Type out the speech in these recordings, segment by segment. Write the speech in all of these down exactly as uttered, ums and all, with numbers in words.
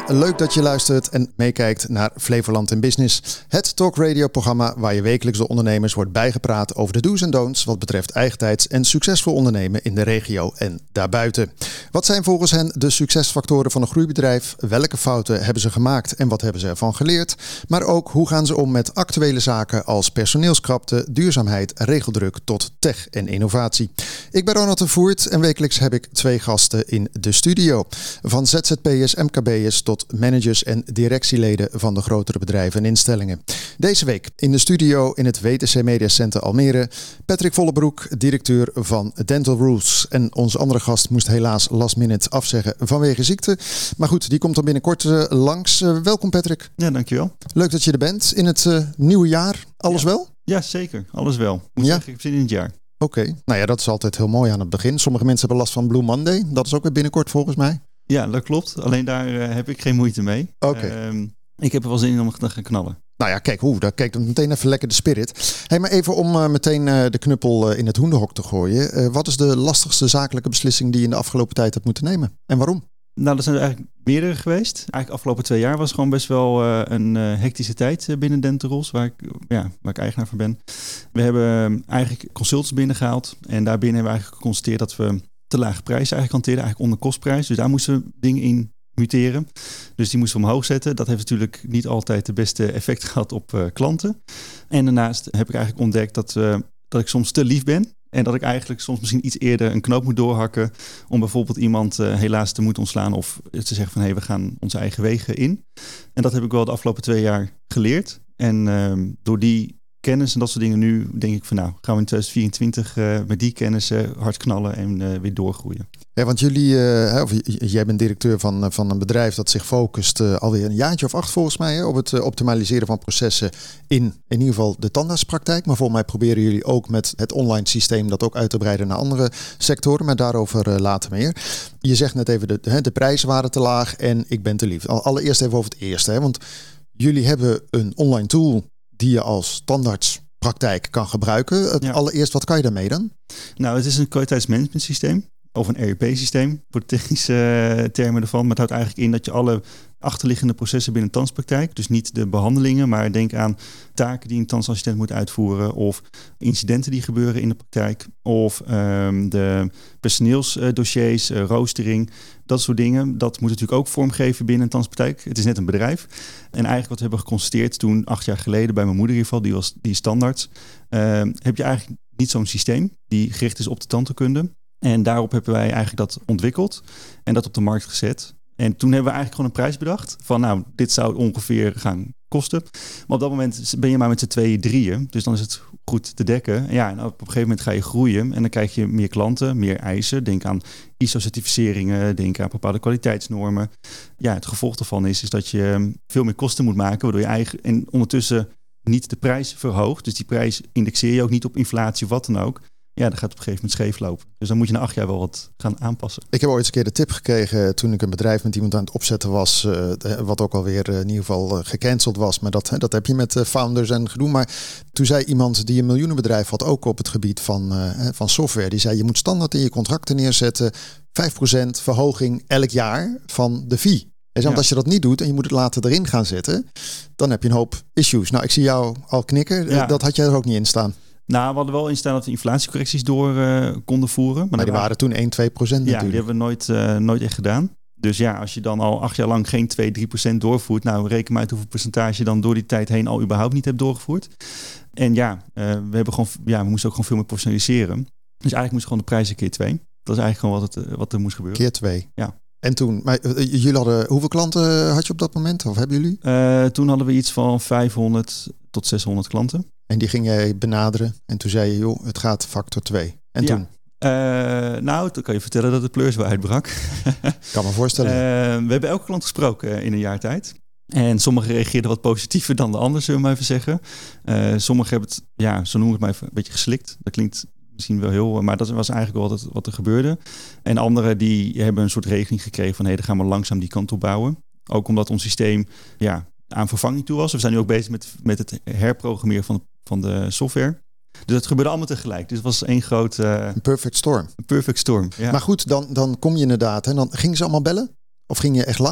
Leuk dat je luistert en meekijkt naar Flevoland in Business. Het talkradioprogramma waar je wekelijks door ondernemers wordt bijgepraat over de do's en don'ts wat betreft eigentijds en succesvol ondernemen in de regio en daarbuiten. Wat zijn volgens hen de succesfactoren van een groeibedrijf? Welke fouten hebben ze gemaakt en wat hebben ze ervan geleerd? Maar ook hoe gaan ze om met actuele zaken als personeelskrapte, duurzaamheid, regeldruk tot tech en innovatie. Ik ben Ronald de Voert en wekelijks heb ik twee gasten in de studio. Van Z Z P'ers, M K B'ers tot managers en directieleden van de grotere bedrijven en instellingen. Deze week in de studio in het W T C Media Center Almere, Patrick Vollebroek, directeur van Dental Rules. En onze andere gast moest helaas last minute afzeggen vanwege ziekte. Maar goed, die komt dan binnenkort uh, langs. Uh, welkom Patrick. Ja, dankjewel. Leuk dat je er bent in het uh, nieuwe jaar. Alles ja. wel? Ja, zeker. Alles wel. Moet ja? zeggen, ik heb zin in het jaar. Oké. Okay. Nou ja, dat is altijd heel mooi aan het begin. Sommige mensen hebben last van Blue Monday. Dat is ook weer binnenkort volgens mij. Ja, dat klopt. Alleen daar uh, heb ik geen moeite mee. Oké. Okay. Um, ik heb er wel zin in om te gaan knallen. Nou ja, kijk, hoe, daar kijk dan meteen even lekker de spirit. Hey, maar even om uh, meteen uh, de knuppel uh, in het hoenderhok te gooien. Uh, wat is de lastigste zakelijke beslissing die je in de afgelopen tijd hebt moeten nemen? En waarom? Nou, dat zijn er eigenlijk meerdere geweest. Eigenlijk de afgelopen twee jaar was gewoon best wel uh, een uh, hectische tijd uh, binnen Dental Rules, waar ik, ja, waar ik eigenaar van ben. We hebben uh, eigenlijk consultants binnengehaald. En daarbinnen hebben we eigenlijk geconstateerd dat we te lage prijzen eigenlijk hanteren, eigenlijk onder kostprijs. Dus daar moesten we dingen in muteren. Dus die moesten we omhoog zetten. Dat heeft natuurlijk niet altijd de beste effect gehad op uh, klanten. En daarnaast heb ik eigenlijk ontdekt dat, uh, dat ik soms te lief ben. En dat ik eigenlijk soms misschien iets eerder een knoop moet doorhakken om bijvoorbeeld iemand uh, helaas te moeten ontslaan of te zeggen van hé, hey, we gaan onze eigen wegen in. En dat heb ik wel de afgelopen twee jaar geleerd. En uh, door die kennis en dat soort dingen nu denk ik van nou, gaan we in twintig vierentwintig uh, met die kennis uh, hard knallen en uh, weer doorgroeien. Ja, want jullie, uh, of jij bent directeur van, van een bedrijf dat zich focust uh, alweer een jaartje of acht volgens mij hè, op het uh, optimaliseren van processen in in ieder geval de tandartspraktijk. Maar volgens mij proberen jullie ook met het online systeem dat ook uit te breiden naar andere sectoren. Maar daarover uh, later meer. Je zegt net even de, de, de prijzen waren te laag en ik ben te lief. Allereerst even over het eerste. Hè, want jullie hebben een online tool die je als tandartspraktijk kan gebruiken. Het ja. Allereerst, wat kan je daarmee dan? Nou, het is een kwaliteitsmanagement systeem. Of een R P systeem, voor de technische uh, termen ervan. Maar het houdt eigenlijk in dat je alle achterliggende processen binnen een tandartspraktijk, dus niet de behandelingen, maar denk aan taken die een tandartsassistent moet uitvoeren of incidenten die gebeuren in de praktijk of um, de personeelsdossiers, uh, roostering, dat soort dingen. Dat moet natuurlijk ook vormgeven binnen een tandartspraktijk. Het is net een bedrijf. En eigenlijk wat we hebben geconstateerd toen, acht jaar geleden, bij mijn moeder in ieder geval, die was die is tandarts, uh, heb je eigenlijk niet zo'n systeem die gericht is op de tandheelkunde. En daarop hebben wij eigenlijk dat ontwikkeld en dat op de markt gezet. En toen hebben we eigenlijk gewoon een prijs bedacht van nou, dit zou ongeveer gaan kosten. Maar op dat moment ben je maar met z'n tweeën, drieën. Dus dan is het goed te dekken. En ja, en op een gegeven moment ga je groeien en dan krijg je meer klanten, meer eisen. Denk aan I S O-certificeringen, denk aan bepaalde kwaliteitsnormen. Ja, het gevolg daarvan is, is dat je veel meer kosten moet maken, waardoor je eigen en ondertussen niet de prijs verhoogt. Dus die prijs indexeer je ook niet op inflatie of wat dan ook. Ja, dat gaat op een gegeven moment scheef lopen. Dus dan moet je na acht jaar wel wat gaan aanpassen. Ik heb ooit eens een keer de tip gekregen toen ik een bedrijf met iemand aan het opzetten was. Uh, wat ook alweer uh, in ieder geval uh, gecanceld was. Maar dat, uh, dat heb je met uh, founders en gedoe. Maar toen zei iemand die een miljoenenbedrijf had, ook op het gebied van, uh, van software. Die zei, je moet standaard in je contracten neerzetten vijf procent verhoging elk jaar van de fee. En want ja. Als je dat niet doet en je moet het later erin gaan zetten, dan heb je een hoop issues. Nou, ik zie jou al knikken. Ja. Dat had jij er ook niet in staan. Nou, we hadden wel in staan dat we inflatiecorrecties door uh, konden voeren. Maar, maar die waren, waren toen één, twee procent ja, natuurlijk. Die hebben we nooit, uh, nooit echt gedaan. Dus ja, als je dan al acht jaar lang geen twee, drie procent doorvoert, nou reken maar uit hoeveel percentage je dan door die tijd heen al überhaupt niet hebt doorgevoerd. En ja, uh, we hebben gewoon, ja, we moesten ook gewoon veel meer professionaliseren. Dus eigenlijk moest gewoon de prijzen keer twee. Dat is eigenlijk gewoon wat, het, wat er moest gebeuren. Keer twee. Ja. En toen, maar uh, jullie hadden, hoeveel klanten had je op dat moment? Of hebben jullie? Uh, toen hadden we iets van vijfhonderd tot zeshonderd klanten. En die ging jij benaderen en toen zei je, joh, het gaat factor twee. En ja. toen? Uh, nou, toen kan je vertellen dat de pleurs weer uitbrak. Kan me voorstellen. Uh, we hebben elke klant gesproken in een jaar tijd. En sommigen reageerden wat positiever dan de anderen, zullen we maar even zeggen. Uh, sommigen hebben het, ja, zo noem ik het maar even, een beetje geslikt. Dat klinkt misschien wel heel, maar dat was eigenlijk wel wat, wat er gebeurde. En anderen die hebben een soort regeling gekregen van hé, hey, dan gaan we langzaam die kant op bouwen. Ook omdat ons systeem ja, aan vervanging toe was. We zijn nu ook bezig met, met het herprogrammeren van de, van de software. Dus het gebeurde allemaal tegelijk. Dus het was één groot... Uh, een perfect storm. Een perfect storm, ja. Maar goed, dan, dan kom je inderdaad. En dan gingen ze allemaal bellen? Of ging je echt langs?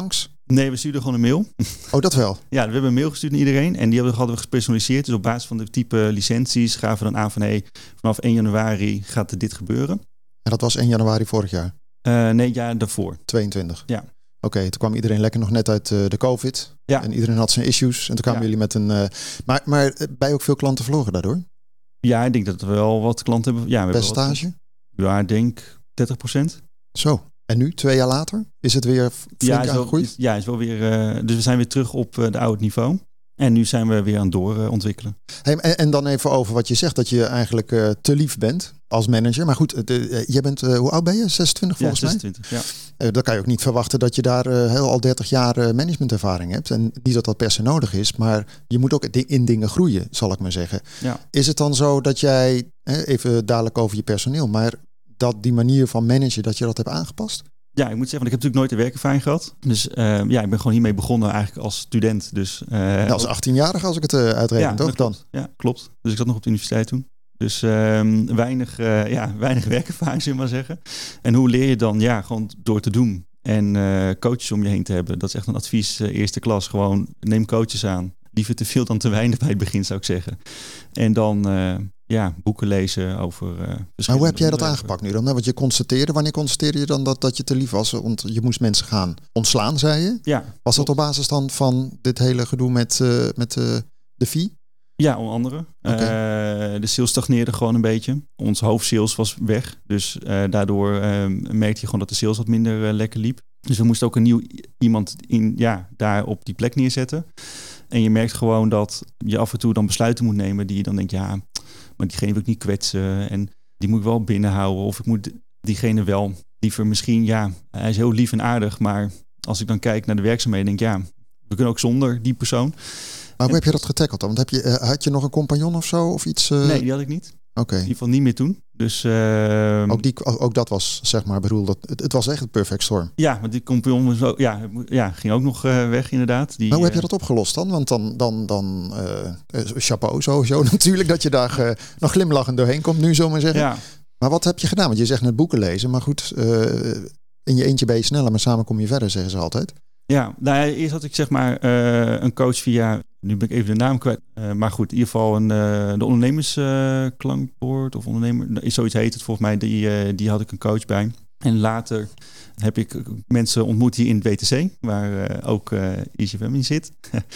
Nee, we stuurden gewoon een mail. Oh, dat wel? Ja, we hebben een mail gestuurd naar iedereen. En die hadden we gepersonaliseerd. Dus op basis van de type licenties gaven we dan aan van... Hey, vanaf één januari gaat er dit gebeuren. En dat was één januari vorig jaar? Uh, nee, jaar daarvoor. tweeëntwintig? Ja. Oké, okay, toen kwam iedereen lekker nog net uit uh, de COVID. Ja. En iedereen had zijn issues. En toen kwamen ja. jullie met een... Uh, maar, maar ben je ook veel klanten verloren daardoor? Ja, ik denk dat we wel wat klanten hebben. Ja, we Percentage? Hebben wat, ja, ik denk dertig procent. Zo. En nu, twee jaar later, is het weer flink ja, is aangegroeid? Wel, is, ja, is wel weer. Uh, dus we zijn weer terug op uh, de oude niveau. En nu zijn we weer aan het doorontwikkelen. Hey, en, en dan even over wat je zegt, dat je eigenlijk uh, te lief bent als manager. Maar goed, de, uh, jij bent, uh, hoe oud ben je? zesentwintig volgens ja, zesentwintig, mij? Ja. Uh, dan kan je ook niet verwachten dat je daar uh, heel al dertig jaar uh, managementervaring hebt. En niet dat dat per se nodig is, maar je moet ook in dingen groeien, zal ik maar zeggen. Ja. Is het dan zo dat jij, even dadelijk over je personeel, maar dat die manier van managen, dat je dat hebt aangepast? Ja, ik moet zeggen, want ik heb natuurlijk nooit de werkervaring gehad. Dus uh, ja, ik ben gewoon hiermee begonnen eigenlijk als student. Dus, uh, ja, als achttienjarige als ik het uh, uitreken, ja, toch? Dan? Ja, klopt. Dus ik zat nog op de universiteit toen. Dus uh, weinig, uh, ja, weinig werkervaring, zullen we maar zeggen. En hoe leer je dan? Ja, gewoon door te doen. En uh, coaches om je heen te hebben. Dat is echt een advies, uh, eerste klas. Gewoon neem coaches aan. Liever te veel dan te weinig bij het begin, zou ik zeggen. En dan... Uh, Ja, boeken lezen over uh, verschillende... Maar hoe heb jij dat aangepakt nu dan? Want je constateerde, wanneer constateerde je dan dat, dat je te lief was? Want je moest mensen gaan ontslaan, zei je? Ja. Was dat op basis dan van dit hele gedoe met, uh, met uh, de fee? Ja, onder andere. Okay. Uh, de sales stagneerde gewoon een beetje. Ons hoofdsales was weg. Dus uh, daardoor uh, merkte je gewoon dat de sales wat minder uh, lekker liep. Dus we moesten ook een nieuw iemand in, ja, daar op die plek neerzetten. En je merkt gewoon dat je af en toe dan besluiten moet nemen die je dan denkt, ja... maar diegene wil ik niet kwetsen en die moet ik wel binnenhouden. Of ik moet diegene wel liever misschien, ja, hij is heel lief en aardig. Maar als ik dan kijk naar de werkzaamheden, denk ik, ja, we kunnen ook zonder die persoon. Maar hoe heb je dat getackeld dan? Want heb je, uh, had je nog een compagnon of zo? Of iets? Uh... Nee, die had ik niet. Oké. Okay. In ieder geval niet meer toen. Dus, uh, ook, die, ook dat was, zeg maar, bedoel, dat, het, het was echt een perfect storm. Ja, want die compagnon was ook, ja, ja, ging ook nog uh, weg inderdaad. Die, maar hoe heb je dat opgelost dan? Want dan, dan, dan uh, chapeau sowieso natuurlijk, dat je daar uh, nog glimlachend doorheen komt nu, zomaar zeggen. Ja. Maar wat heb je gedaan? Want je zegt net boeken lezen, maar goed, uh, in je eentje ben je sneller, maar samen kom je verder, zeggen ze altijd. Ja, nou ja, eerst had ik zeg maar uh, een coach via, nu ben ik even de naam kwijt, uh, maar goed, in ieder geval een, uh, de ondernemersklankbord uh, of ondernemer, is zoiets heet het volgens mij, die, uh, die had ik een coach bij. En later heb ik mensen ontmoet hier in het W T C, waar uh, ook uh, I C F M in zit.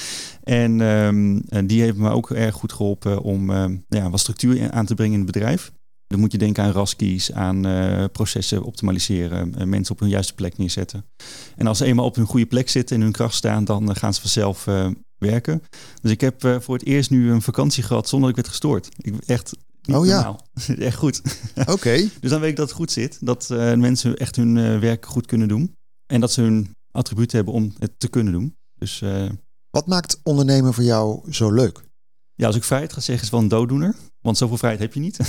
en um, die heeft me ook erg goed geholpen om uh, ja, wat structuur aan te brengen in het bedrijf. Dan moet je denken aan raskies, aan uh, processen optimaliseren, uh, mensen op hun juiste plek neerzetten. En als ze eenmaal op hun goede plek zitten en in hun kracht staan, dan uh, gaan ze vanzelf uh, werken. Dus ik heb uh, voor het eerst nu een vakantie gehad zonder dat ik werd gestoord. Ik echt niet oh, normaal. Ja. Echt goed. Oké. Okay. Dus dan weet ik dat het goed zit. Dat uh, mensen echt hun uh, werk goed kunnen doen. En dat ze hun attributen hebben om het te kunnen doen. Dus, uh, wat maakt ondernemen voor jou zo leuk? Ja, als ik vrijheid ga zeggen, is het wel een dooddoener. Want zoveel vrijheid heb je niet.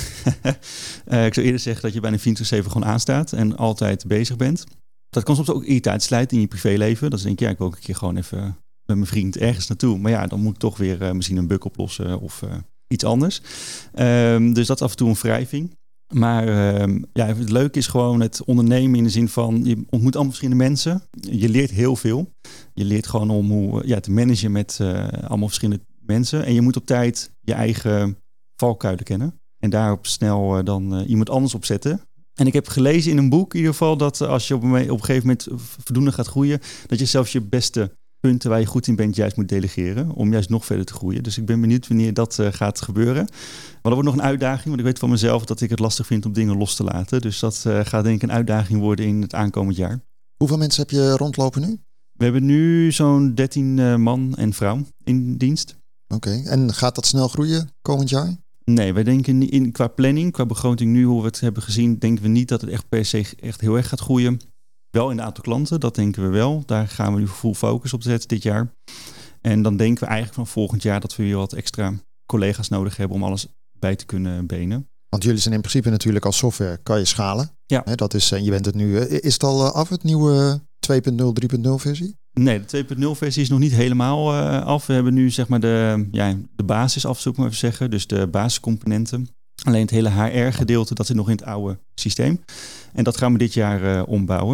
uh, ik zou eerder zeggen dat je bij een vierentwintig zeven gewoon aanstaat en altijd bezig bent. Dat kan soms ook irritatie slijten in je privéleven. Dat is denk ik, ja, ik wil ook een keer gewoon even met mijn vriend ergens naartoe. Maar ja, dan moet ik toch weer uh, misschien een bug oplossen of uh, iets anders. Um, dus dat is af en toe een wrijving. Maar um, ja, het leuke is gewoon het ondernemen in de zin van, je ontmoet allemaal verschillende mensen. Je leert heel veel. Je leert gewoon om hoe ja, te managen met uh, allemaal verschillende mensen. En je moet op tijd je eigen valkuilen kennen. En daarop snel uh, dan uh, iemand anders opzetten. En ik heb gelezen in een boek in ieder geval dat uh, als je op een, op een gegeven moment voldoende gaat groeien, dat je zelfs je beste punten waar je goed in bent juist moet delegeren. Om juist nog verder te groeien. Dus ik ben benieuwd wanneer dat uh, gaat gebeuren. Maar dat wordt nog een uitdaging. Want ik weet van mezelf dat ik het lastig vind om dingen los te laten. Dus dat uh, gaat denk ik een uitdaging worden in het aankomend jaar. Hoeveel mensen heb je rondlopen nu? We hebben nu zo'n dertien uh, man en vrouw in dienst. Oké, okay. En gaat dat snel groeien komend jaar? Nee, wij denken in, qua planning, qua begroting nu, hoe we het hebben gezien, denken we niet dat het echt per se echt heel erg gaat groeien. Wel in het aantal klanten, dat denken we wel. Daar gaan we nu full focus op zetten dit jaar. En dan denken we eigenlijk van volgend jaar dat we weer wat extra collega's nodig hebben om alles bij te kunnen benen. Want jullie zijn in principe natuurlijk als software, kan je schalen. Ja. He, dat is, je bent het nu, is het al af, het nieuwe twee punt nul, drie punt nul versie? Nee, de twee punt nul versie is nog niet helemaal uh, af. We hebben nu zeg maar de, ja, de basis af, zou ik maar even zeggen. Dus de basiscomponenten. Alleen het hele H R gedeelte, dat zit nog in het oude systeem. En dat gaan we dit jaar uh, ombouwen.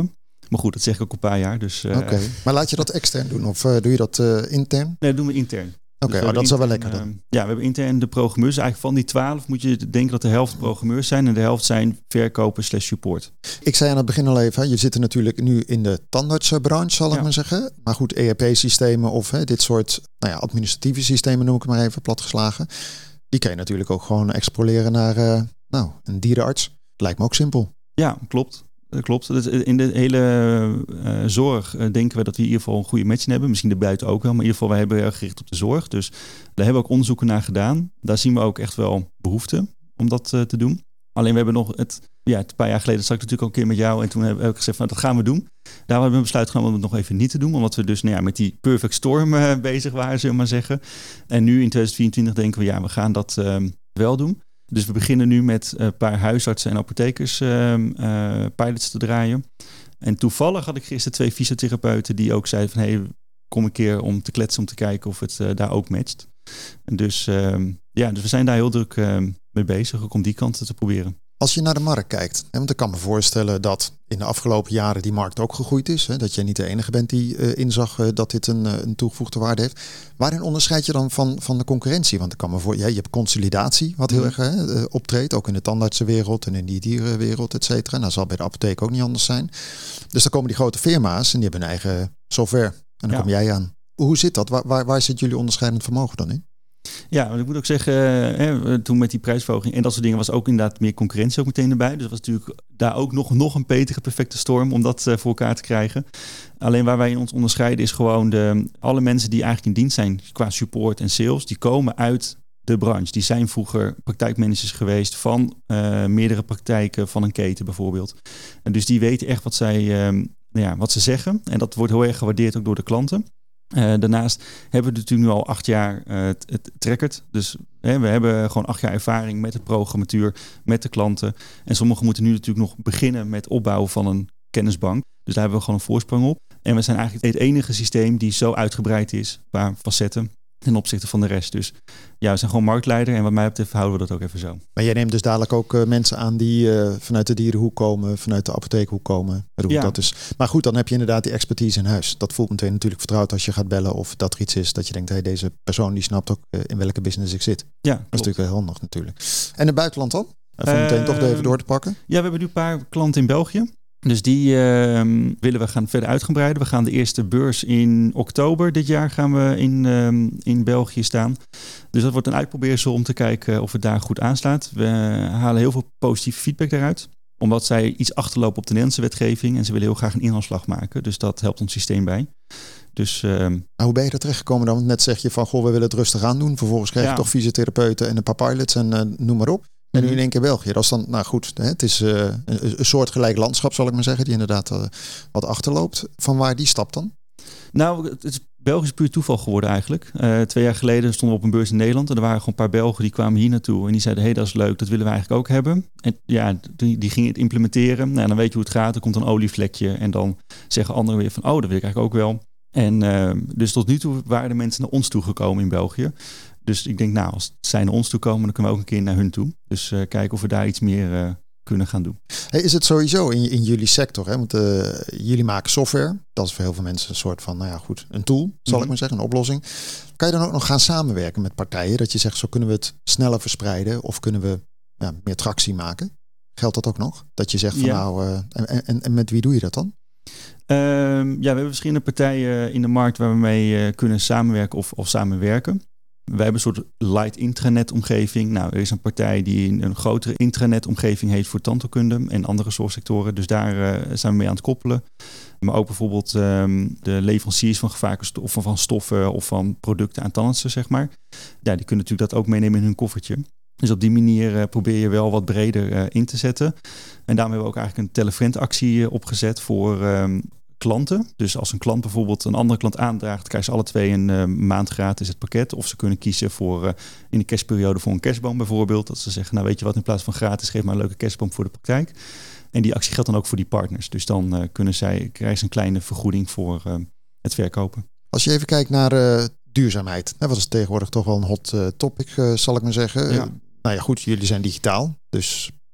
Maar goed, dat zeg ik ook een paar jaar. Dus, uh, Oké, okay. Maar laat je dat extern doen of uh, doe je dat uh, intern? Nee, dat doen we intern. Oké, okay, dus oh, dat is wel lekker dan. Uh, ja, we hebben intern de programmeurs. Eigenlijk van die twaalf moet je denken dat de helft programmeurs zijn en de helft zijn verkopen slash support. Ik zei aan het begin al even, je zit er natuurlijk nu in de tandartsenbranche, zal ik ja. maar zeggen. Maar goed, E R P-systemen of hè, dit soort nou ja, administratieve systemen, noem ik het maar even platgeslagen. Die kan je natuurlijk ook gewoon exporteren naar uh, nou, een dierenarts. Lijkt me ook simpel. Ja, klopt. Dat klopt. In de hele uh, zorg uh, denken we dat we in ieder geval een goede match hebben. Misschien erbuiten ook wel, maar in ieder geval wij hebben erg gericht op de zorg. Dus daar hebben we ook onderzoeken naar gedaan. Daar zien we ook echt wel behoefte om dat uh, te doen. Alleen we hebben nog het, ja, een paar jaar geleden zat ik natuurlijk al een keer met jou en toen heb ik gezegd van nou, dat gaan we doen. Daar hebben we besluit genomen om het nog even niet te doen, omdat we dus nou ja, met die perfect storm uh, bezig waren, zullen we maar zeggen. En nu in twintig vierentwintig denken we ja, we gaan dat uh, wel doen. Dus we beginnen nu met een paar huisartsen en apothekers uh, uh, pilots te draaien. En toevallig had ik gisteren twee fysiotherapeuten die ook zeiden van hey, kom een keer om te kletsen om te kijken of het uh, daar ook matcht. En dus, uh, ja, dus we zijn daar heel druk uh, mee bezig, ook om die kant te proberen. Als je naar de markt kijkt, hè, want ik kan me voorstellen dat in de afgelopen jaren die markt ook gegroeid is. Hè, dat jij niet de enige bent die uh, inzag uh, dat dit een, uh, een toegevoegde waarde heeft. Waarin onderscheid je dan van, van de concurrentie? Want ik kan me voor, ja, je hebt consolidatie wat heel mm. erg hè, uh, optreedt. Ook in de tandartsenwereld en in die dierenwereld, et cetera. Nou, zal bij de apotheek ook niet anders zijn. Dus dan komen die grote firma's en die hebben een eigen software. En dan ja. kom jij aan. Hoe zit dat? Waar, waar, waar zit jullie onderscheidend vermogen dan in? Ja, want ik moet ook zeggen, hè, toen met die prijsverhoging en dat soort dingen was ook inderdaad meer concurrentie ook meteen erbij. Dus dat was natuurlijk daar ook nog, nog een betere perfecte storm om dat uh, voor elkaar te krijgen. Alleen waar wij ons onderscheiden is gewoon de, alle mensen die eigenlijk in dienst zijn qua support en sales, die komen uit de branche. Die zijn vroeger praktijkmanagers geweest van uh, meerdere praktijken van een keten bijvoorbeeld. En dus die weten echt wat zij, uh, nou ja, wat ze zeggen. En dat wordt heel erg gewaardeerd ook door de klanten. Uh, daarnaast hebben we natuurlijk nu al acht jaar uh, het, het trackert. Dus hè, we hebben gewoon acht jaar ervaring met de programmatuur, met de klanten. En sommigen moeten nu natuurlijk nog beginnen met opbouwen van een kennisbank. Dus daar hebben we gewoon een voorsprong op. En we zijn eigenlijk het enige systeem die zo uitgebreid is qua facetten ten opzichte van de rest. Dus ja, we zijn gewoon marktleider en wat mij betreft houden we dat ook even zo. Maar jij neemt dus dadelijk ook uh, mensen aan die uh, vanuit de dierenhoek komen, vanuit de apotheekhoek komen. Ja. Dat is. Maar goed, dan heb je inderdaad die expertise in huis. Dat voelt meteen natuurlijk vertrouwd als je gaat bellen of dat er iets is dat je denkt, hey, deze persoon die snapt ook uh, in welke business ik zit. Ja, dat is natuurlijk wel heel handig natuurlijk. En het buitenland dan? Even uh, meteen toch even door te pakken. Ja, we hebben nu een paar klanten in België. Dus die uh, willen we gaan verder uitgebreiden. We gaan de eerste beurs in oktober dit jaar gaan we in, um, in België staan. Dus dat wordt een uitprobeersel om te kijken of het daar goed aanslaat. We halen heel veel positieve feedback daaruit. Omdat zij iets achterlopen op de Nederlandse wetgeving. En ze willen heel graag een inhaalslag maken. Dus dat helpt ons systeem bij. Dus, uh, maar hoe ben je er terechtgekomen dan? Net zeg je van, goh, we willen het rustig aan doen. Vervolgens krijg je ja. toch fysiotherapeuten en een paar pilots en uh, noem maar op. En nu in één keer België. Dat is dan, nou goed, het is uh, een, een soortgelijk landschap, zal ik maar zeggen, die inderdaad uh, wat achterloopt. Van waar die stap dan? Nou, het is Belgisch puur toeval geworden eigenlijk. Uh, twee jaar geleden stonden we op een beurs in Nederland en er waren gewoon een paar Belgen die kwamen hier naartoe en die zeiden, hé, hey, dat is leuk, dat willen we eigenlijk ook hebben. En ja, die, die gingen het implementeren. Nou, dan weet je hoe het gaat. Er komt een olievlekje en dan zeggen anderen weer van, oh, dat wil ik eigenlijk ook wel. En uh, dus tot nu toe waren de mensen naar ons toegekomen in België. Dus ik denk, nou, als zij naar ons toe komen, dan kunnen we ook een keer naar hun toe. Dus uh, kijken of we daar iets meer uh, kunnen gaan doen. Hey, is het sowieso in, in jullie sector? Hè? Want uh, jullie maken software. Dat is voor heel veel mensen een soort van, nou ja, goed, een tool, zal mm-hmm. ik maar zeggen, een oplossing. Kan je dan ook nog gaan samenwerken met partijen? Dat je zegt, zo kunnen we het sneller verspreiden of kunnen we ja, meer tractie maken? Geldt dat ook nog? Dat je zegt van, ja. nou, uh, en, en, en met wie doe je dat dan? Uh, ja, we hebben verschillende partijen in de markt waar we mee uh, kunnen samenwerken of, of samenwerken. Wij hebben een soort light intranet-omgeving. Nou, er is een partij die een, een grotere intranet-omgeving heeft voor tandheelkunde en andere zorgsectoren. Dus daar uh, zijn we mee aan het koppelen. Maar ook bijvoorbeeld um, de leveranciers van gevaarlijke stoffen, of van stoffen of van producten aan tandartsen, zeg maar. Ja, die kunnen natuurlijk dat ook meenemen in hun koffertje. Dus op die manier uh, probeer je wel wat breder uh, in te zetten. En daarom hebben we ook eigenlijk een telefriend-actie uh, opgezet voor um, klanten. Dus als een klant bijvoorbeeld een andere klant aandraagt, krijgen ze alle twee een uh, maand gratis het pakket. Of ze kunnen kiezen voor uh, in de kerstperiode voor een kerstboom bijvoorbeeld. Dat ze zeggen, nou weet je wat, in plaats van gratis, geef maar een leuke kerstboom voor de praktijk. En die actie geldt dan ook voor die partners. Dus dan uh, kunnen zij, krijgen ze een kleine vergoeding voor uh, het verkopen. Als je even kijkt naar uh, duurzaamheid. Hè, wat is tegenwoordig toch wel een hot uh, topic, uh, zal ik maar zeggen. Ja. Uh, nou ja, goed, jullie zijn digitaal. Dus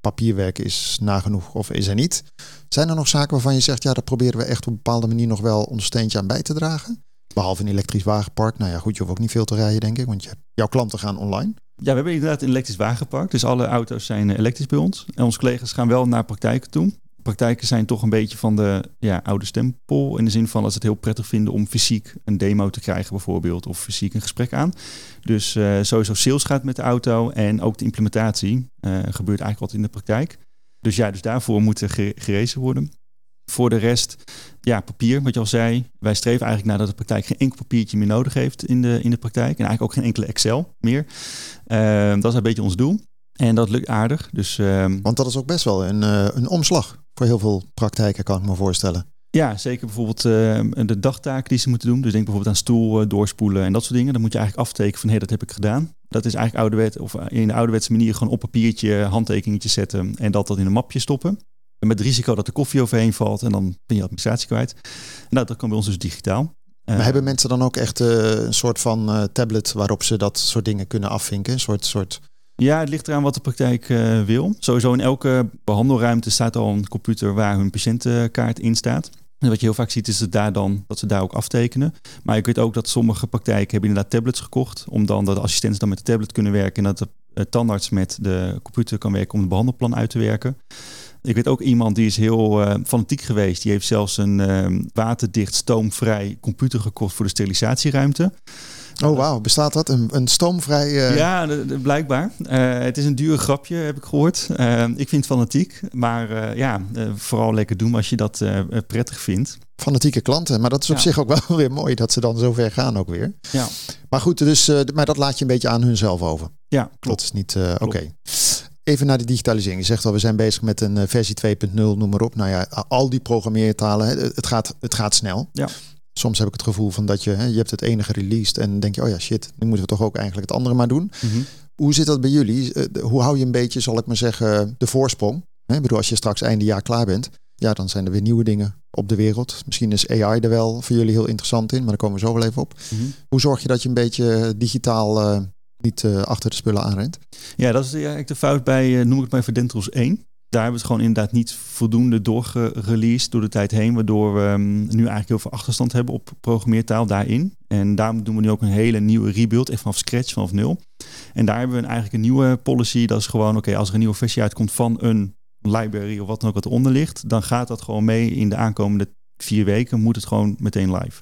papierwerk is nagenoeg of is er niet. Zijn er nog zaken waarvan je zegt, ja, daar proberen we echt op een bepaalde manier nog wel ons steentje aan bij te dragen? Behalve een elektrisch wagenpark. Nou ja, goed, je hoeft ook niet veel te rijden, denk ik, want je, jouw klanten gaan online. Ja, we hebben inderdaad een elektrisch wagenpark. Dus alle auto's zijn elektrisch bij ons. En onze collega's gaan wel naar praktijken toe. Praktijken zijn toch een beetje van de ja, oude stempel. In de zin van dat ze het heel prettig vinden om fysiek een demo te krijgen bijvoorbeeld. Of fysiek een gesprek aan. Dus uh, sowieso sales gaat met de auto. En ook de implementatie uh, gebeurt eigenlijk wat in de praktijk. Dus ja, dus daarvoor moet er gerezen worden. Voor de rest, ja, papier, wat je al zei. Wij streven eigenlijk naar dat de praktijk geen enkel papiertje meer nodig heeft in de, in de praktijk. En eigenlijk ook geen enkele Excel meer. Uh, dat is een beetje ons doel. En dat lukt aardig. Dus, uh, Want dat is ook best wel een, uh, een omslag voor heel veel praktijken, kan ik me voorstellen. Ja, zeker bijvoorbeeld uh, de dagtaken die ze moeten doen. Dus denk bijvoorbeeld aan stoel uh, doorspoelen en dat soort dingen. Dan moet je eigenlijk aftekenen van, hé, hey, dat heb ik gedaan. Dat is eigenlijk ouderwet, of in de ouderwetse manier gewoon op papiertje handtekeningetje zetten en dat dat in een mapje stoppen. Met het risico dat de koffie overheen valt en dan ben je administratie kwijt. Nou, dat kan bij ons dus digitaal. Maar uh, hebben mensen dan ook echt uh, een soort van uh, tablet waarop ze dat soort dingen kunnen afvinken? Een soort... soort... Ja, het ligt eraan wat de praktijk uh, wil. Sowieso in elke behandelruimte staat al een computer waar hun patiëntenkaart in staat. En wat je heel vaak ziet is dat, daar dan, dat ze daar ook aftekenen. Maar ik weet ook dat sommige praktijken hebben inderdaad tablets gekocht. Om dan dat de assistenten dan met de tablet kunnen werken. En dat de uh, tandarts met de computer kan werken om het behandelplan uit te werken. Ik weet ook iemand die is heel uh, fanatiek geweest. Die heeft zelfs een uh, waterdicht, stoomvrij computer gekocht voor de sterilisatieruimte. Oh wauw, bestaat dat? Een, een stoomvrij... Uh... Ja, de, de, blijkbaar. Uh, het is een duur grapje, heb ik gehoord. Uh, ik vind het fanatiek. Maar uh, ja, uh, vooral lekker doen als je dat uh, prettig vindt. Fanatieke klanten. Maar dat is op ja. zich ook wel weer mooi dat ze dan zo ver gaan ook weer. Ja. Maar goed, dus, uh, maar dat laat je een beetje aan hunzelf over. Ja, klopt. Dat is niet... Uh, Oké. Okay. Even naar de digitalisering. Je zegt al, we zijn bezig met een uh, versie twee punt nul, noem maar op. Nou ja, al die programmeertalen, het gaat, het gaat snel. Ja. Soms heb ik het gevoel van dat je, hè, je hebt het ene gereleased en dan denk je, oh ja, shit, nu moeten we toch ook eigenlijk het andere maar doen. Mm-hmm. Hoe zit dat bij jullie? Uh, hoe hou je een beetje, zal ik maar zeggen, de voorsprong? Hè, ik bedoel, als je straks einde jaar klaar bent, ja, dan zijn er weer nieuwe dingen op de wereld. Misschien is A I er wel voor jullie heel interessant in, maar daar komen we zo wel even op. Mm-hmm. Hoe zorg je dat je een beetje digitaal uh, niet uh, achter de spullen aanrent? Ja, dat is eigenlijk de fout bij, uh, noem ik het maar even Dentals één. Daar hebben we het gewoon inderdaad niet voldoende doorgereleased door de tijd heen. Waardoor we um, nu eigenlijk heel veel achterstand hebben op programmeertaal daarin. En daarom doen we nu ook een hele nieuwe rebuild, echt vanaf scratch, vanaf nul. En daar hebben we eigenlijk een nieuwe policy. Dat is gewoon, oké, okay, als er een nieuwe versie uitkomt van een library of wat dan ook wat eronder ligt, dan gaat dat gewoon mee in de aankomende vier weken. Moet het gewoon meteen live.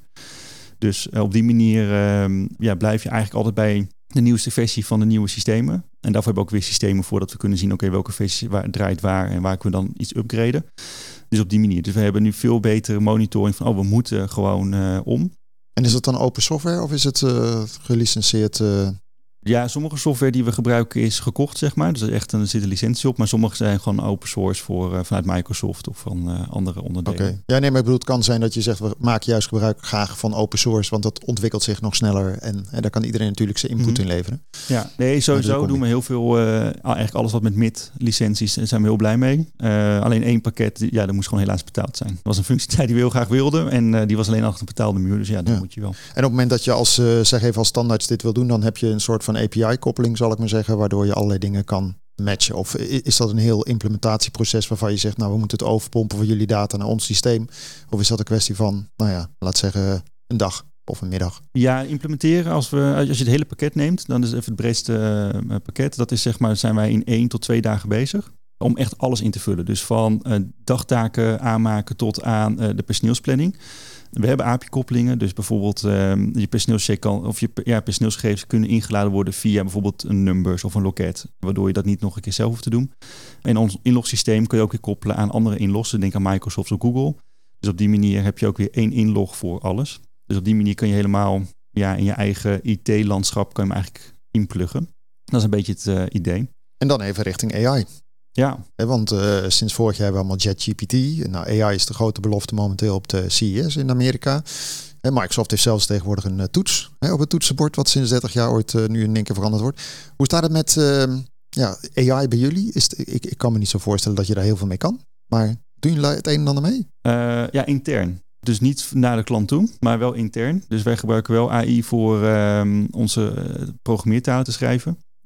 Dus uh, op die manier uh, ja, blijf je eigenlijk altijd bij de nieuwste versie van de nieuwe systemen. En daarvoor hebben we ook weer systemen voor dat we kunnen zien, oké, okay, welke versie waar, draait waar en waar kunnen we dan iets upgraden. Dus op die manier. Dus we hebben nu veel betere monitoring van, oh, we moeten gewoon uh, om. En is het dan open software of is het uh, gelicenseerd? Uh... Ja, sommige software die we gebruiken is gekocht, zeg maar. Dus er, echt, er zit een licentie op. Maar sommige zijn gewoon open source voor, uh, vanuit Microsoft of van uh, andere onderdelen. Oké. Okay. Ja, nee, maar ik bedoel, het kan zijn dat je zegt, we maken juist gebruik graag van open source. Want dat ontwikkelt zich nog sneller. En, en daar kan iedereen natuurlijk zijn input mm-hmm. in leveren. Ja, nee, sowieso dus doen we heel veel, uh, eigenlijk alles wat met M I T-licenties, daar zijn we heel blij mee. Uh, alleen één pakket, ja, dat moest gewoon helaas betaald zijn. Dat was een functie die we heel graag wilden. En uh, die was alleen achter een betaalde muur. Dus ja, dat ja. moet je wel. En op het moment dat je als, uh, zeg even als standaards dit wil doen, dan heb je een soort van A P I-koppeling, zal ik maar zeggen, waardoor je allerlei dingen kan matchen. Of is dat een heel implementatieproces waarvan je zegt, nou, we moeten het overpompen van jullie data naar ons systeem? Of is dat een kwestie van, nou ja, laat zeggen, een dag of een middag? Ja, implementeren, als, we, als je het hele pakket neemt, dan is het even het breedste uh, pakket. Dat is zeg maar, zijn wij in één tot twee dagen bezig om echt alles in te vullen. Dus van uh, dagtaken aanmaken tot aan uh, de personeelsplanning. We hebben A P I-koppelingen, dus bijvoorbeeld uh, je personeelscheck kan, of je ja, personeelsgegevens kunnen ingeladen worden via bijvoorbeeld een numbers of een loket, waardoor je dat niet nog een keer zelf hoeft te doen. En ons inlogsysteem kun je ook weer koppelen aan andere inlossen, denk aan Microsoft of Google. Dus op die manier heb je ook weer één inlog voor alles. Dus op die manier kun je helemaal ja, in je eigen I T-landschap kan je hem eigenlijk inpluggen. Dat is een beetje het uh, idee. En dan even richting A I. Ja. Want uh, sinds vorig jaar hebben we allemaal ChatGPT. Nou, A I is de grote belofte momenteel op de C E S in Amerika. En Microsoft heeft zelfs tegenwoordig een uh, toets hè, op het toetsenbord, wat sinds dertig jaar ooit uh, nu in één keer veranderd wordt. Hoe staat het met uh, ja, A I bij jullie? Is het, ik, ik kan me niet zo voorstellen dat je daar heel veel mee kan. Maar doen jullie het een en ander mee? Uh, ja, intern. Dus niet naar de klant toe, maar wel intern. Dus wij gebruiken wel A I voor uh, onze uh, programmeertalen te schrijven.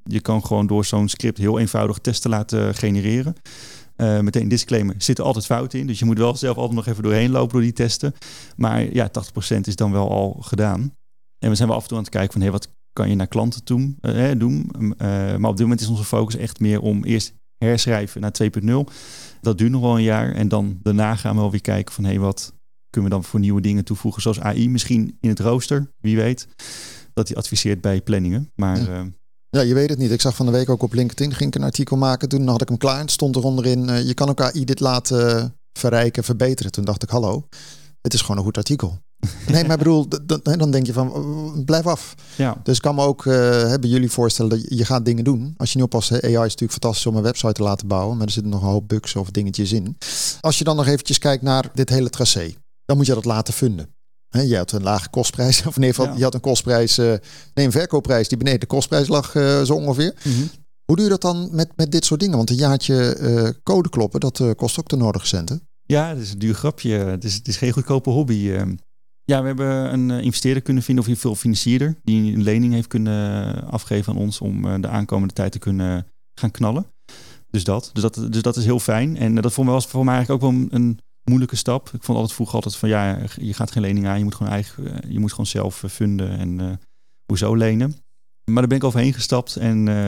Je kan gewoon door zo'n script heel eenvoudig testen laten genereren. Uh, meteen disclaimer, er zitten altijd fouten in. Dus je moet wel zelf altijd nog even doorheen lopen door die testen. Maar ja, tachtig procent is dan wel al gedaan. En we zijn wel af en toe aan het kijken van... Hey, wat kan je naar klanten toe, uh, doen? Uh, maar op dit moment is onze focus echt meer om eerst herschrijven naar twee punt nul. Dat duurt nog wel een jaar. En dan daarna gaan we wel weer kijken van... Hey, wat kunnen we dan voor nieuwe dingen toevoegen? Zoals A I misschien in het rooster, wie weet. Dat hij adviseert bij planningen. Maar... Ja. Uh, Ja, je weet het niet. Ik zag van de week ook op LinkedIn, ging ik een artikel maken. Toen had ik hem klaar en stond er onderin, uh, je kan ook A I dit laten verrijken, verbeteren. Toen dacht ik, hallo, het is gewoon een goed artikel. Nee, maar ik bedoel, d- d- dan denk je van, uh, blijf af. ja. Dus ik kan me ook, uh, hebben jullie voorstellen dat je gaat dingen doen. Als je nu oppast, A I is natuurlijk fantastisch om een website te laten bouwen. Maar er zitten nog een hoop bugs of dingetjes in. Als je dan nog eventjes kijkt naar dit hele tracé, dan moet je dat laten funden. He, je had een lage kostprijs, of in ieder geval, ja. je had een kostprijs, uh, nee, een verkoopprijs die beneden de kostprijs lag, uh, zo ongeveer. Mm-hmm. Hoe doe je dat dan met, met dit soort dingen? Want een jaartje uh, code kloppen, dat uh, kost ook de nodige centen. Ja, het is een duur grapje. Het is, het is geen goedkope hobby. Uh, ja, we hebben een uh, investeerder kunnen vinden, of in ieder geval financierder, die een lening heeft kunnen afgeven aan ons om uh, de aankomende tijd te kunnen gaan knallen. Dus dat, dus dat, dus dat is heel fijn. En uh, dat vond me was voor mij eigenlijk ook wel een, een moeilijke stap. Ik vond altijd vroeger altijd van ja, je gaat geen lening aan, je moet gewoon eigen, je moet gewoon zelf funden en uh, hoezo lenen. Maar daar ben ik overheen gestapt en uh,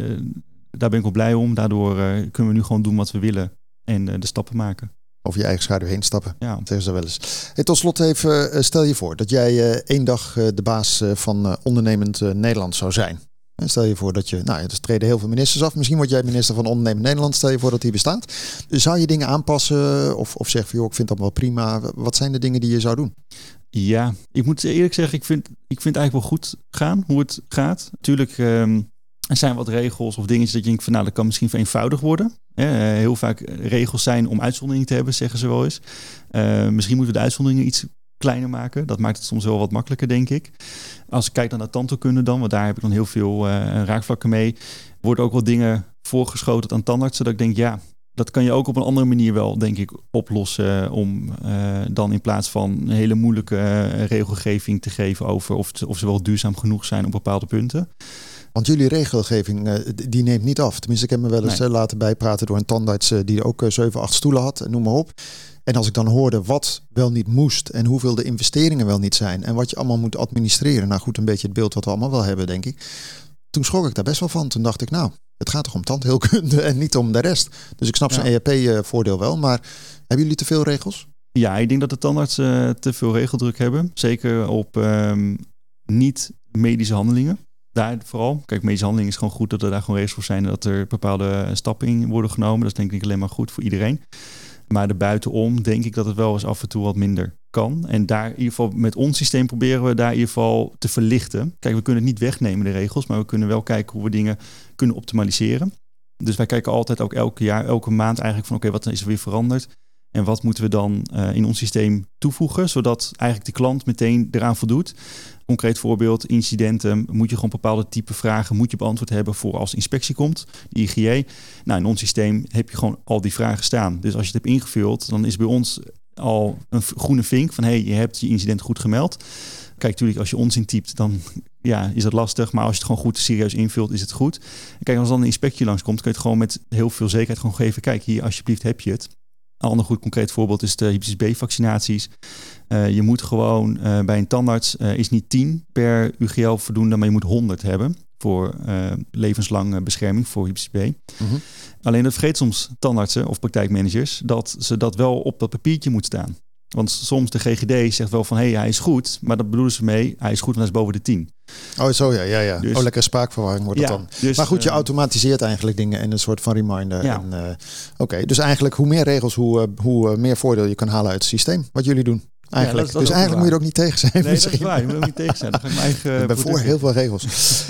daar ben ik wel blij om. Daardoor uh, kunnen we nu gewoon doen wat we willen en uh, de stappen maken. Over je eigen schaduw heen stappen. Ja. Zeggen ze wel eens. Hey, tot slot even, uh, stel je voor dat jij uh, één dag uh, de baas uh, van uh, ondernemend uh, Nederland zou zijn. En stel je voor dat je, nou ja, er treden heel veel ministers af. Misschien word jij minister van Ondernemend Nederland. Stel je voor dat die bestaat. Zou je dingen aanpassen of, of zeg van joh, ik vind dat wel prima. Wat zijn de dingen die je zou doen? Ja, ik moet eerlijk zeggen, ik vind, ik vind het eigenlijk wel goed gaan hoe het gaat. Natuurlijk, um, er zijn wat regels of dingetjes dat je denkt van nou, dat kan misschien vereenvoudigd worden. Ja, heel vaak regels zijn om uitzonderingen te hebben, zeggen ze wel eens. Uh, misschien moeten we de uitzonderingen iets kleiner maken. Dat maakt het soms wel wat makkelijker, denk ik. Als ik kijk naar de tandheelkunde dan, want daar heb ik dan heel veel uh, raakvlakken mee, worden ook wel dingen voorgeschoten aan tandartsen, dat ik denk, ja, dat kan je ook op een andere manier wel, denk ik, oplossen om uh, dan in plaats van een hele moeilijke uh, regelgeving te geven over of, of ze wel duurzaam genoeg zijn op bepaalde punten. Want jullie regelgeving, uh, die neemt niet af. Tenminste, ik heb me wel eens nee. uh, laten bijpraten door een tandarts uh, die ook uh, zeven, acht stoelen had, en noem maar op. En als ik dan hoorde wat wel niet moest en hoeveel de investeringen wel niet zijn en wat je allemaal moet administreren. Nou goed, een beetje het beeld wat we allemaal wel hebben, denk ik. Toen schrok ik daar best wel van. Toen dacht ik, nou, het gaat toch om tandheelkunde en niet om de rest. Dus ik snap ja. zijn E R P-voordeel wel. Maar hebben jullie te veel regels? Ja, ik denk dat de tandartsen uh, te veel regeldruk hebben. Zeker op um, niet-medische handelingen. Daar vooral. Kijk, medische handelingen is gewoon goed dat er daar gewoon regels voor zijn en dat er bepaalde stappen in worden genomen. Dat is denk ik alleen maar goed voor iedereen. Maar de buitenom denk ik dat het wel eens af en toe wat minder kan. En daar in ieder geval met ons systeem proberen we daar in ieder geval te verlichten. Kijk, we kunnen het niet wegnemen, de regels, maar we kunnen wel kijken hoe we dingen kunnen optimaliseren. Dus wij kijken altijd ook elke jaar, elke maand eigenlijk van oké, okay, wat is er weer veranderd? En wat moeten we dan uh, in ons systeem toevoegen, zodat eigenlijk de klant meteen eraan voldoet. Concreet voorbeeld, incidenten, moet je gewoon bepaalde type vragen moet je beantwoord hebben voor als de inspectie komt, de I G J. Nou, in ons systeem heb je gewoon al die vragen staan. Dus als je het hebt ingevuld, dan is bij ons al een groene vink van hé, hey, je hebt je incident goed gemeld. Kijk, natuurlijk, als je ons intypt, dan ja, is dat lastig. Maar als je het gewoon goed serieus invult, is het goed. En kijk, als dan een inspectie langskomt, kun je het gewoon met heel veel zekerheid gewoon geven. Kijk, hier alsjeblieft heb je het. Een ander goed concreet voorbeeld is de hepatitis B-vaccinaties. Uh, je moet gewoon uh, bij een tandarts uh, is niet tien per U G L voldoende, maar je moet honderd hebben voor uh, levenslange bescherming voor hepatitis B. Mm-hmm. Alleen dat vergeet soms tandartsen of praktijkmanagers dat ze dat wel op dat papiertje moet staan. Want soms de G G D zegt wel van hé, hey, hij is goed, maar dat bedoelen ze mee, hij is goed, want hij is boven de tien. Oh, zo ja, ja, ja. Dus, oh, lekker spraakverwarring wordt ja, het dan. Dus, maar goed, je uh, automatiseert eigenlijk dingen in een soort van reminder. Ja. Uh, Oké, okay. Dus eigenlijk hoe meer regels, hoe, uh, hoe uh, meer voordeel je kan halen uit het systeem. Wat jullie doen. Eigenlijk. Ja, dat is, dat dus eigenlijk moet je er ook niet tegen zijn. Nee, misschien. Dat is waar. Je moet er ook niet tegen zijn. Dan ga ik mijn eigen. Ik ben voor heel veel regels.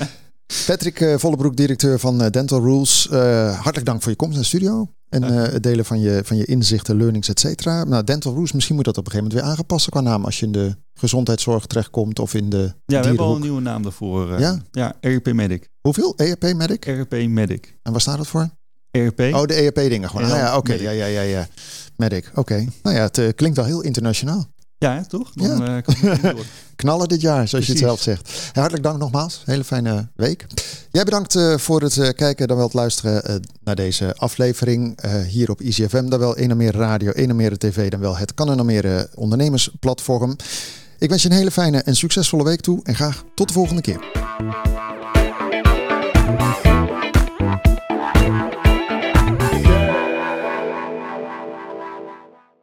Patrick uh, Vollebroek, directeur van uh, Dental Rules. Uh, hartelijk dank voor je komst naar de studio. En uh, het delen van je, van je inzichten, learnings, et cetera. Nou, Dental Rules, misschien moet dat op een gegeven moment weer aangepast qua naam. Als je in de gezondheidszorg terechtkomt of in de Ja, we hebben al een nieuwe naam daarvoor. Uh, ja? Ja, R P Medic. Hoeveel? E R P Medic? R P Medic. En waar staat dat voor? E R P. Oh, de E R P dingen gewoon. Ah, ja, oké. Okay. Ja, ja, ja, ja. Medic, oké. Okay. Nou ja, het uh, klinkt wel heel internationaal. Ja, toch? Dan, ja. uh, kan het knallen dit jaar, zoals Precies. je het zelf zegt. En hartelijk dank nogmaals. Hele fijne week. Jij bedankt uh, voor het uh, kijken, dan wel het luisteren uh, naar deze aflevering. Uh, hier op Easy F M, dan wel Eenmaal Meer Radio, Eenmaal Meer T V, dan wel het Kan en dan Meer ondernemersplatform. Ik wens je een hele fijne en succesvolle week toe en graag tot de volgende keer.